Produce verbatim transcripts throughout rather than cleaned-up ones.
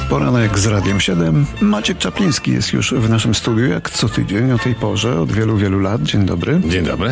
Poranek z Radiem siedem. Maciek Czapliński jest już w naszym studiu, jak co tydzień o tej porze, od wielu, wielu lat. Dzień dobry. Dzień dobry.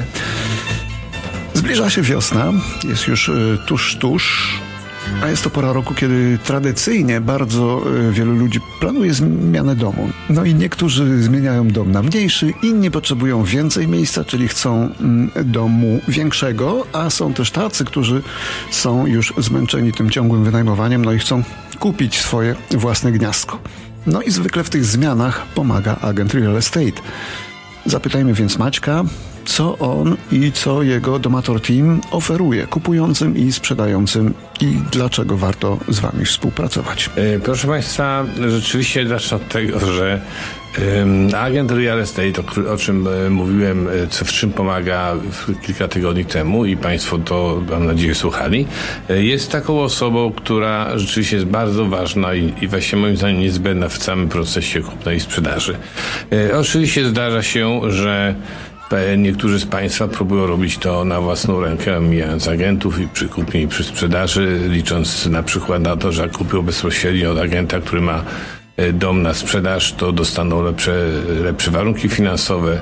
Zbliża się wiosna, jest już y, tuż, tuż, a jest to pora roku, kiedy tradycyjnie bardzo y, wielu ludzi planuje zmianę domu. No i niektórzy zmieniają dom na mniejszy, inni potrzebują więcej miejsca, czyli chcą y, domu większego, a są też tacy, którzy są już zmęczeni tym ciągłym wynajmowaniem, no i chcą kupić swoje własne gniazdko. No i zwykle w tych zmianach pomaga agent Real Estate. Zapytajmy więc Maćka, co on i co jego Domator Team oferuje kupującym i sprzedającym i dlaczego warto z wami współpracować. Proszę Państwa, rzeczywiście zacznę od tego, że agent Real Estate, o, o czym mówiłem, co, w czym pomaga kilka tygodni temu i Państwo to, mam nadzieję, słuchali, jest taką osobą, która rzeczywiście jest bardzo ważna i, i właśnie moim zdaniem niezbędna w całym procesie kupna i sprzedaży. Oczywiście zdarza się, że niektórzy z Państwa próbują robić to na własną rękę, mijając agentów i przy kupnie i przy sprzedaży, licząc na przykład na to, że kupią bezpośrednio od agenta, który ma dom na sprzedaż, to dostaną lepsze, lepsze warunki finansowe,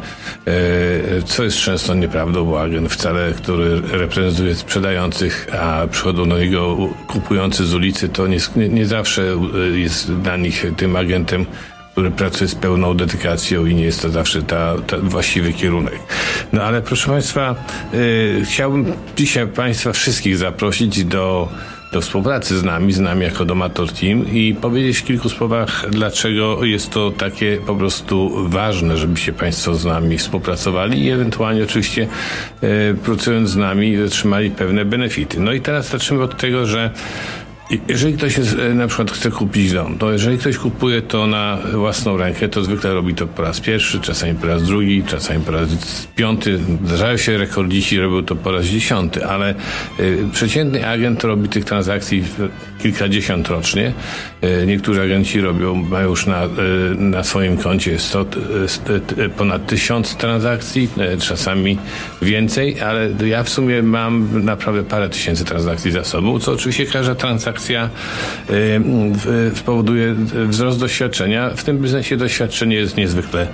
co jest często nieprawdą, bo agent wcale, który reprezentuje sprzedających, a przychodzą do niego kupujący z ulicy, to nie, nie zawsze jest dla nich tym agentem, który pracuje z pełną dedykacją i nie jest to zawsze ta, ta właściwy kierunek. No ale proszę Państwa, yy, chciałbym dzisiaj Państwa wszystkich zaprosić do, do współpracy z nami, z nami jako Domator Team i powiedzieć w kilku słowach, dlaczego jest to takie po prostu ważne, żebyście Państwo z nami współpracowali i ewentualnie oczywiście yy, pracując z nami otrzymali pewne benefity. No i teraz zacznijmy od tego, że jeżeli ktoś jest, na przykład chce kupić dom, to jeżeli ktoś kupuje to na własną rękę, to zwykle robi to po raz pierwszy, czasami po raz drugi, czasami po raz piąty. Zdarzają się rekordziści, robią to po raz dziesiąty, ale y, przeciętny agent robi tych transakcji kilkadziesiąt rocznie. Y, niektórzy agenci robią, mają już na, y, na swoim koncie sto, y, ponad tysiąc transakcji, y, czasami więcej, ale ja w sumie mam naprawdę parę tysięcy transakcji za sobą, co oczywiście każda transakcja spowoduje wzrost doświadczenia. W tym biznesie doświadczenie jest niezwykle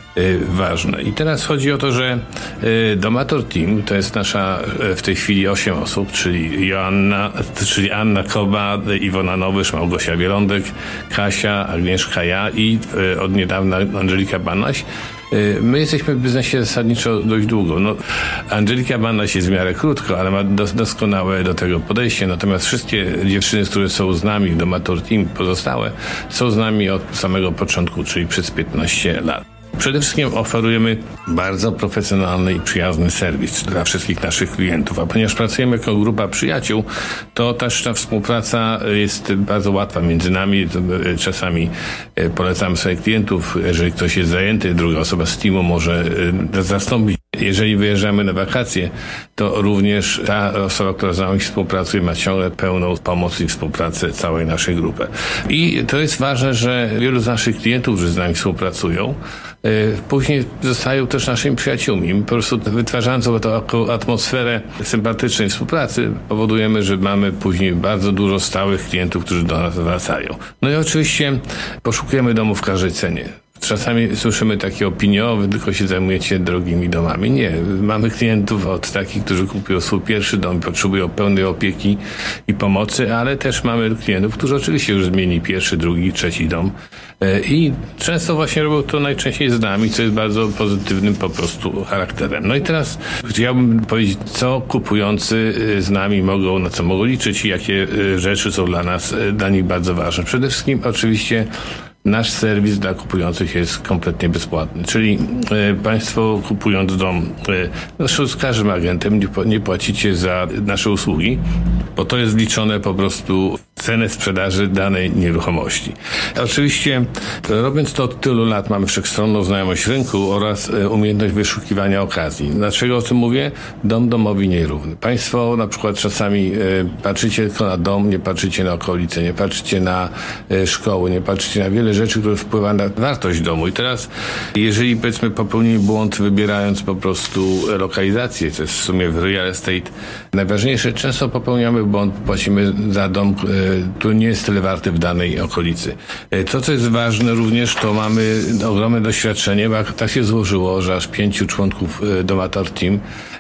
ważne. I teraz chodzi o to, że Domator Team to jest nasza w tej chwili osiem osób, czyli Joanna, czyli Anna Koba, Iwona Nowysz, Małgosia Bielądek, Kasia, Agnieszka, ja i od niedawna Angelika Banaś. My jesteśmy w biznesie zasadniczo dość długo. No, Angelika Banaś jest w miarę krótko, ale ma dos- doskonałe do tego podejście. Natomiast wszystkie dziewczyny, które są z nami, Domator Team pozostałe, są z nami od samego początku, czyli przez piętnaście lat. Przede wszystkim oferujemy bardzo profesjonalny i przyjazny serwis dla wszystkich naszych klientów, a ponieważ pracujemy jako grupa przyjaciół, to też ta współpraca jest bardzo łatwa między nami. Czasami polecamy swoich klientów, jeżeli ktoś jest zajęty, druga osoba z teamu może zastąpić. Jeżeli wyjeżdżamy na wakacje, to również ta osoba, która z nami współpracuje, ma ciągle pełną pomoc i współpracę całej naszej grupy. I to jest ważne, że wielu z naszych klientów, którzy z nami współpracują, później zostają też naszymi przyjaciółmi. Po prostu wytwarzając taką atmosferę sympatycznej współpracy, powodujemy, że mamy później bardzo dużo stałych klientów, którzy do nas wracają. No i oczywiście poszukujemy domu w każdej cenie. Czasami słyszymy takie opinie, o, wy tylko się zajmujecie drogimi domami. Nie, mamy klientów od takich, którzy kupują swój pierwszy dom i potrzebują pełnej opieki i pomocy, ale też mamy klientów, którzy oczywiście już zmienili pierwszy, drugi, trzeci dom i często właśnie robią to najczęściej z nami, co jest bardzo pozytywnym po prostu charakterem. No i teraz chciałbym powiedzieć, co kupujący z nami mogą, na co mogą liczyć i jakie rzeczy są dla nas, dla nich bardzo ważne. Przede wszystkim oczywiście nasz serwis dla kupujących jest kompletnie bezpłatny, czyli e, Państwo kupując dom, e, zresztą z każdym agentem nie, nie płacicie za nasze usługi, bo to jest liczone po prostu w cenę sprzedaży danej nieruchomości. Oczywiście robiąc to od tylu lat mamy wszechstronną znajomość rynku oraz e, umiejętność wyszukiwania okazji. Dlaczego o tym mówię? Dom domowi nierówny. Państwo na przykład czasami e, patrzycie tylko na dom, nie patrzycie na okolice, nie patrzycie na e, szkoły, nie patrzycie na wiele wiele rzeczy, które wpływa na wartość domu. I teraz, jeżeli powiedzmy popełnimy błąd wybierając po prostu lokalizację, to jest w sumie w real estate najważniejsze, często popełniamy błąd, płacimy za dom, który nie jest tyle warty w danej okolicy. To, co jest ważne również, to mamy ogromne doświadczenie, bo tak się złożyło, że aż pięciu członków Domator Team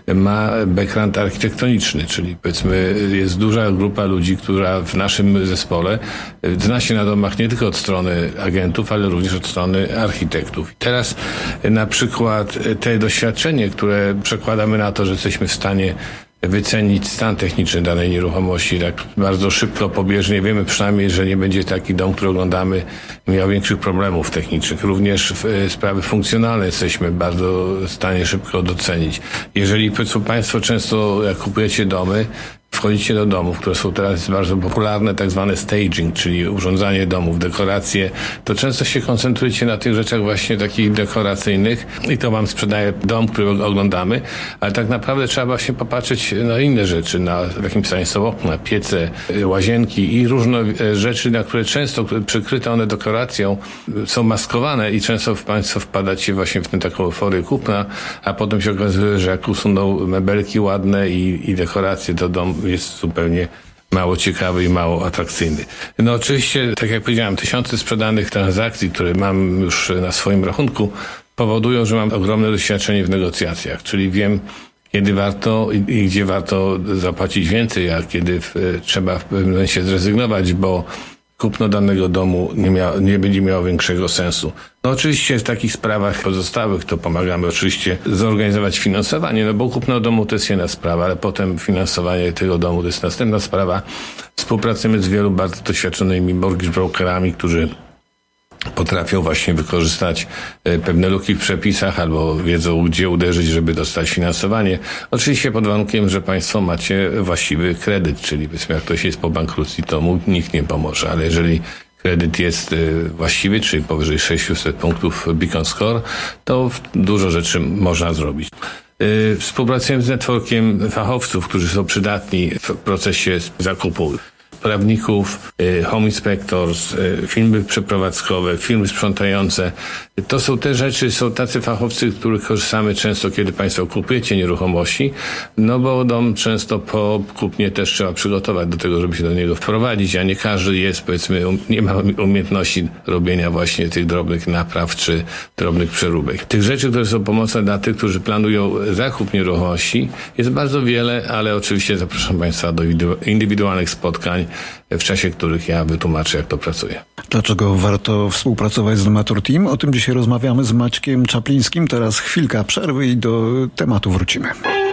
ma background architektoniczny, czyli powiedzmy jest duża grupa ludzi, która w naszym zespole zna się na domach nie tylko od strony agentów, ale również od strony architektów. I teraz na przykład te doświadczenie, które przekładamy na to, że jesteśmy w stanie wycenić stan techniczny danej nieruchomości tak bardzo szybko, pobieżnie. Wiemy przynajmniej, że nie będzie taki dom, który oglądamy, miał większych problemów technicznych. Również w sprawy funkcjonalne jesteśmy bardzo w stanie szybko docenić. Jeżeli Państwo często, jak kupujecie domy, wchodzicie do domów, które są teraz bardzo popularne, tak zwane staging, czyli urządzanie domów, dekoracje, to często się koncentrujecie na tych rzeczach właśnie takich dekoracyjnych i to wam sprzedaje dom, który oglądamy, ale tak naprawdę trzeba właśnie popatrzeć na inne rzeczy, na w jakim stanie są okna, piece, łazienki i różne rzeczy, na które często przykryte one dekoracją są maskowane i często Państwo wpadacie właśnie w tę taką euforię kupna, a potem się okazuje, że jak usuną mebelki ładne i, i dekoracje, to dom jest zupełnie mało ciekawy i mało atrakcyjny. No oczywiście, tak jak powiedziałem, tysiące sprzedanych transakcji, które mam już na swoim rachunku, powodują, że mam ogromne doświadczenie w negocjacjach, czyli wiem, kiedy warto i, i gdzie warto zapłacić więcej, a kiedy w, trzeba w pewnym momencie zrezygnować, bo kupno danego domu nie, mia, nie będzie miało większego sensu. No oczywiście w takich sprawach pozostałych to pomagamy oczywiście zorganizować finansowanie, no bo kupno domu to jest jedna sprawa, ale potem finansowanie tego domu to jest następna sprawa. Współpracujemy z wielu bardzo doświadczonymi mortgage brokerami, którzy potrafią właśnie wykorzystać pewne luki w przepisach albo wiedzą, gdzie uderzyć, żeby dostać finansowanie. Oczywiście pod warunkiem, że Państwo macie właściwy kredyt, czyli powiedzmy, jak ktoś jest po bankructwie, to mu nikt nie pomoże, ale jeżeli kredyt jest właściwy, czyli powyżej sześćset punktów Beacon Score, to dużo rzeczy można zrobić. Współpracujemy z networkiem fachowców, którzy są przydatni w procesie zakupu. Prawników, home inspectors, firmy przeprowadzkowe, firmy sprzątające. To są te rzeczy, są tacy fachowcy, których korzystamy często, kiedy Państwo kupujecie nieruchomości, no bo dom często po kupnie też trzeba przygotować do tego, żeby się do niego wprowadzić, a nie każdy jest, powiedzmy, nie ma umiejętności robienia właśnie tych drobnych napraw czy drobnych przeróbek. Tych rzeczy, które są pomocne dla tych, którzy planują zakup nieruchomości, jest bardzo wiele, ale oczywiście zapraszam Państwa do indywidualnych spotkań, w czasie których ja wytłumaczę, jak to pracuje. Dlaczego warto współpracować z Domator Team? O tym dzisiaj rozmawiamy z Maćkiem Czaplińskim. Teraz chwilka przerwy i do tematu wrócimy.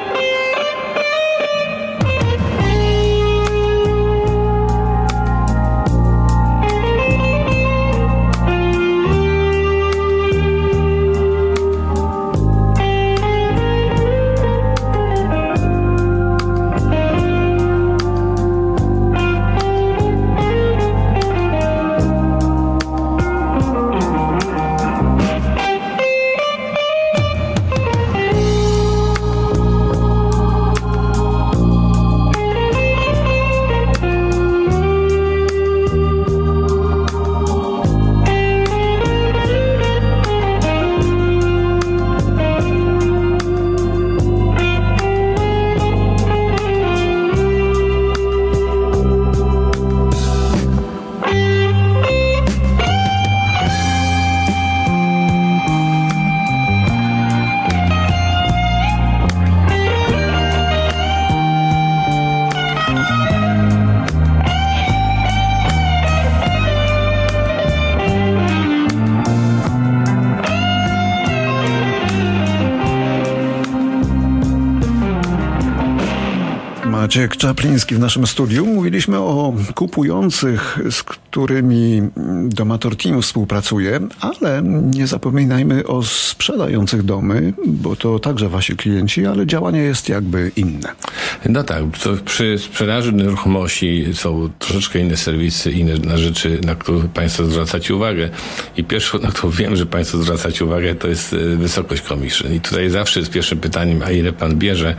Maciek Czapliński w naszym studiu. Mówiliśmy o kupujących, z którymi Domator Team współpracuje, ale nie zapominajmy o sprzedających domy, bo to także wasi klienci, ale działanie jest jakby inne. No tak, to przy sprzedaży nieruchomości są troszeczkę inne serwisy, inne rzeczy, na które Państwo zwracacie uwagę. I pierwsze, na którą wiem, że Państwo zwracacie uwagę, to jest wysokość commission. I tutaj zawsze jest pierwszym pytaniem, a ile Pan bierze?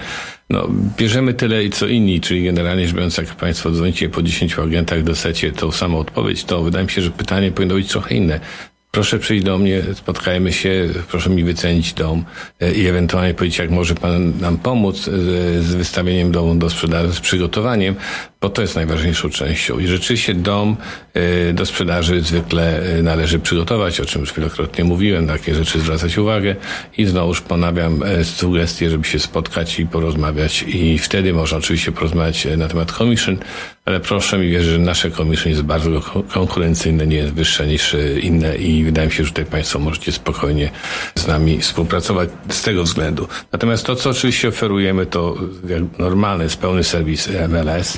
No, bierzemy tyle, co inni, czyli generalnie rzecz biorąc, jak Państwo dzwonicie po dziesięciu agentach, dostajecie tą samą odpowiedź, to wydaje mi się, że pytanie powinno być trochę inne. Proszę przyjść do mnie, spotkajmy się, proszę mi wycenić dom i ewentualnie powiedzieć, jak może Pan nam pomóc z wystawieniem domu do sprzedaży, z przygotowaniem, bo to jest najważniejszą częścią. I rzeczywiście dom do sprzedaży zwykle należy przygotować, o czym już wielokrotnie mówiłem, takie rzeczy zwracać uwagę i znowuż ponawiam sugestię, żeby się spotkać i porozmawiać i wtedy można oczywiście porozmawiać na temat commission, ale proszę mi wierzyć, że nasze commission jest bardzo konkurencyjne, nie jest wyższe niż inne i wydaje mi się, że tutaj Państwo możecie spokojnie z nami współpracować z tego względu. Natomiast to, co oczywiście oferujemy, to jak normalny, jest pełny serwis M L S,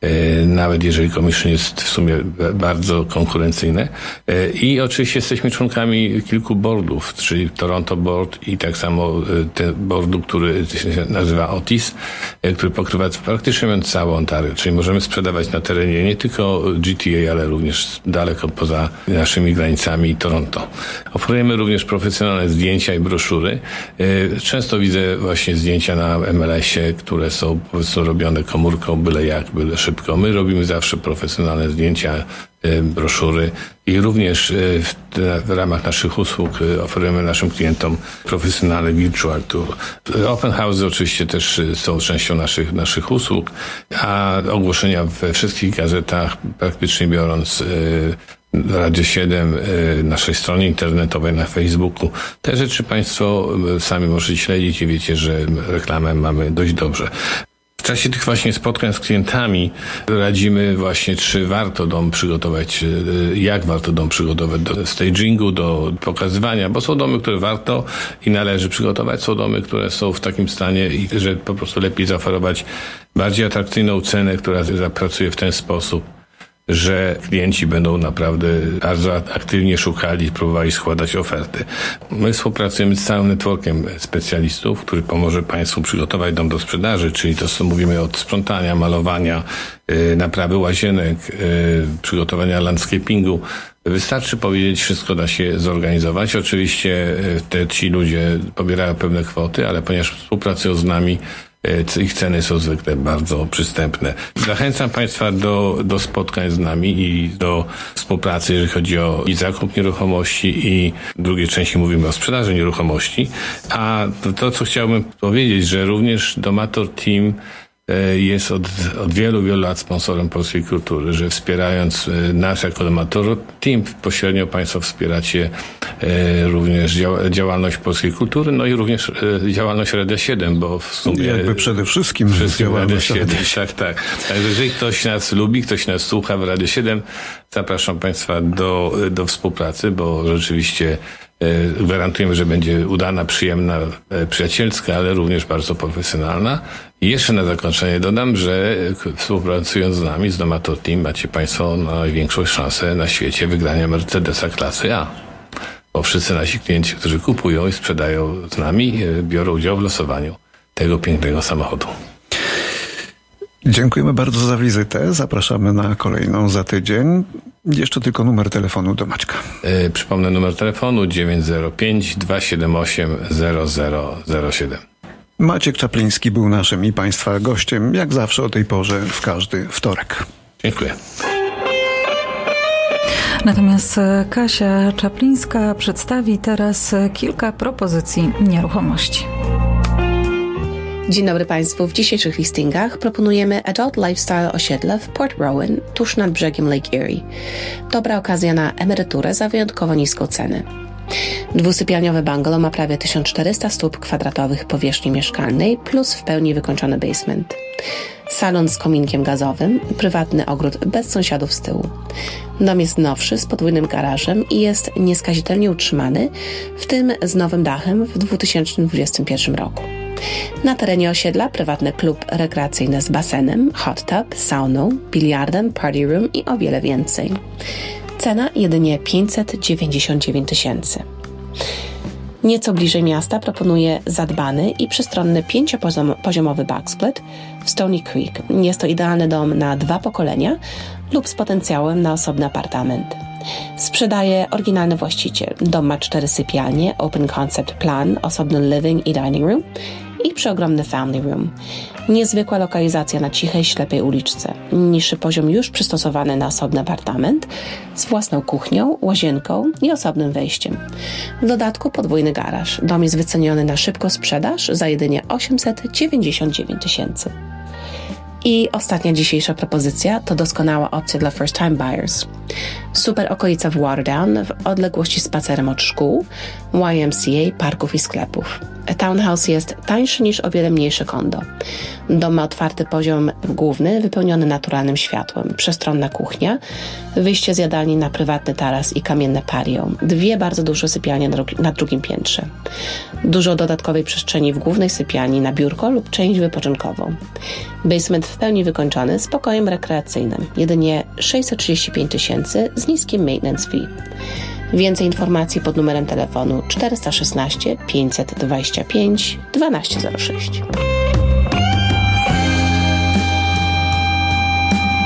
nawet jeżeli commission jest w sumie bardzo konkurencyjne. I oczywiście jesteśmy członkami kilku boardów, czyli Toronto Board i tak samo ten boardu, który się nazywa Otis, który pokrywa praktycznie mówiąc całą Ontario, czyli możemy sprzedawać na terenie nie tylko G T A, ale również daleko poza naszymi granicami Toronto. Oferujemy również profesjonalne zdjęcia i broszury. Często widzę właśnie zdjęcia na M L S-ie, które są po prostu robione komórką, byle jak, byle szybko. My robimy zawsze profesjonalne zdjęcia, broszury i również w, w ramach naszych usług oferujemy naszym klientom profesjonalny virtual tour. Open house oczywiście też są częścią naszych, naszych usług, a ogłoszenia we wszystkich gazetach, praktycznie biorąc, Radio siedem, naszej stronie internetowej, na Facebooku. Te rzeczy Państwo sami możecie śledzić i wiecie, że reklamę mamy dość dobrze. W czasie tych właśnie spotkań z klientami radzimy właśnie, czy warto dom przygotować, jak warto dom przygotować do stagingu, do pokazywania, bo są domy, które warto i należy przygotować, są domy, które są w takim stanie, że po prostu lepiej zaoferować bardziej atrakcyjną cenę, która zapracuje w ten sposób, że klienci będą naprawdę bardzo aktywnie szukali, próbowali składać oferty. My współpracujemy z całym networkiem specjalistów, który pomoże Państwu przygotować dom do sprzedaży, czyli to, co mówimy od sprzątania, malowania, yy, naprawy łazienek, yy, przygotowania landscapingu. Wystarczy powiedzieć, wszystko da się zorganizować. Oczywiście te, ci ludzie pobierają pewne kwoty, ale ponieważ współpracują z nami, ich ceny są zwykle bardzo przystępne. Zachęcam Państwa do, do spotkań z nami i do współpracy, jeżeli chodzi o i zakup nieruchomości i w drugiej części mówimy o sprzedaży nieruchomości. A to, to co chciałbym powiedzieć, że również Domator Team jest od, od wielu, wielu lat sponsorem polskiej kultury, że wspierając nas jako Domator Team, pośrednio Państwo wspieracie e, również dział, działalność polskiej kultury, no i również e, działalność Radia siedem, bo w sumie... Jakby przede wszystkim, wszystkim Radia siedem. Tak, tak. Także jeżeli ktoś nas lubi, ktoś nas słucha w Radio siedem, zapraszam Państwa do, do współpracy, bo rzeczywiście gwarantujemy, że będzie udana, przyjemna, przyjacielska, ale również bardzo profesjonalna. I jeszcze na zakończenie dodam, że współpracując z nami, z Domator Team, macie Państwo największą szansę na świecie wygrania Mercedesa klasy A. Bo wszyscy nasi klienci, którzy kupują i sprzedają z nami, biorą udział w losowaniu tego pięknego samochodu. Dziękujemy bardzo za wizytę. Zapraszamy na kolejną za tydzień. Jeszcze tylko numer telefonu do Maćka. Yy, przypomnę numer telefonu dziewięć zero pięć, dwa siedem osiem, zero zero zero siedem. Maciek Czapliński był naszym i Państwa gościem, jak zawsze o tej porze, w każdy wtorek. Dziękuję. Natomiast Kasia Czaplińska przedstawi teraz kilka propozycji nieruchomości. Dzień dobry Państwu. W dzisiejszych listingach proponujemy Adult Lifestyle osiedle w Port Rowan, tuż nad brzegiem Lake Erie. Dobra okazja na emeryturę za wyjątkowo niską cenę. Dwusypialniowy bungalow ma prawie tysiąc czterysta stóp kwadratowych powierzchni mieszkalnej plus w pełni wykończony basement. Salon z kominkiem gazowym i prywatny ogród bez sąsiadów z tyłu. Dom jest nowszy, z podwójnym garażem i jest nieskazitelnie utrzymany, w tym z nowym dachem w dwa tysiące dwudziestym pierwszym roku. Na terenie osiedla prywatny klub rekreacyjny z basenem, hot tub, sauną, biliardem, party room i o wiele więcej. Cena jedynie pięćset dziewięćdziesiąt dziewięć tysięcy. Nieco bliżej miasta proponuje zadbany i przestronny pięciopoziomowy backsplit w Stony Creek. Jest to idealny dom na dwa pokolenia lub z potencjałem na osobny apartament. Sprzedaje oryginalny właściciel. Dom ma cztery sypialnie, open concept plan, osobny living i dining room i przeogromny family room. Niezwykła lokalizacja na cichej, ślepej uliczce. Niższy poziom już przystosowany na osobny apartament z własną kuchnią, łazienką i osobnym wejściem. W dodatku podwójny garaż. Dom jest wyceniony na szybką sprzedaż za jedynie osiemset dziewięćdziesiąt dziewięć tysięcy. I ostatnia dzisiejsza propozycja to doskonała opcja dla first time buyers. Super okolica w Waterdown w odległości spacerem od szkół, Y M C A, parków i sklepów. Townhouse jest tańszy niż o wiele mniejsze kondo. Dom ma otwarty poziom główny, wypełniony naturalnym światłem, przestronna kuchnia, wyjście z jadalni na prywatny taras i kamienne patio, dwie bardzo duże sypialnie na drugim piętrze. Dużo dodatkowej przestrzeni w głównej sypialni na biurko lub część wypoczynkową. Basement w pełni wykończony z pokojem rekreacyjnym, jedynie sześćset trzydzieści pięć tysięcy z niskim maintenance fee. Więcej informacji pod numerem telefonu czterysta szesnaście pięćset dwadzieścia pięć dwanaście zero sześć.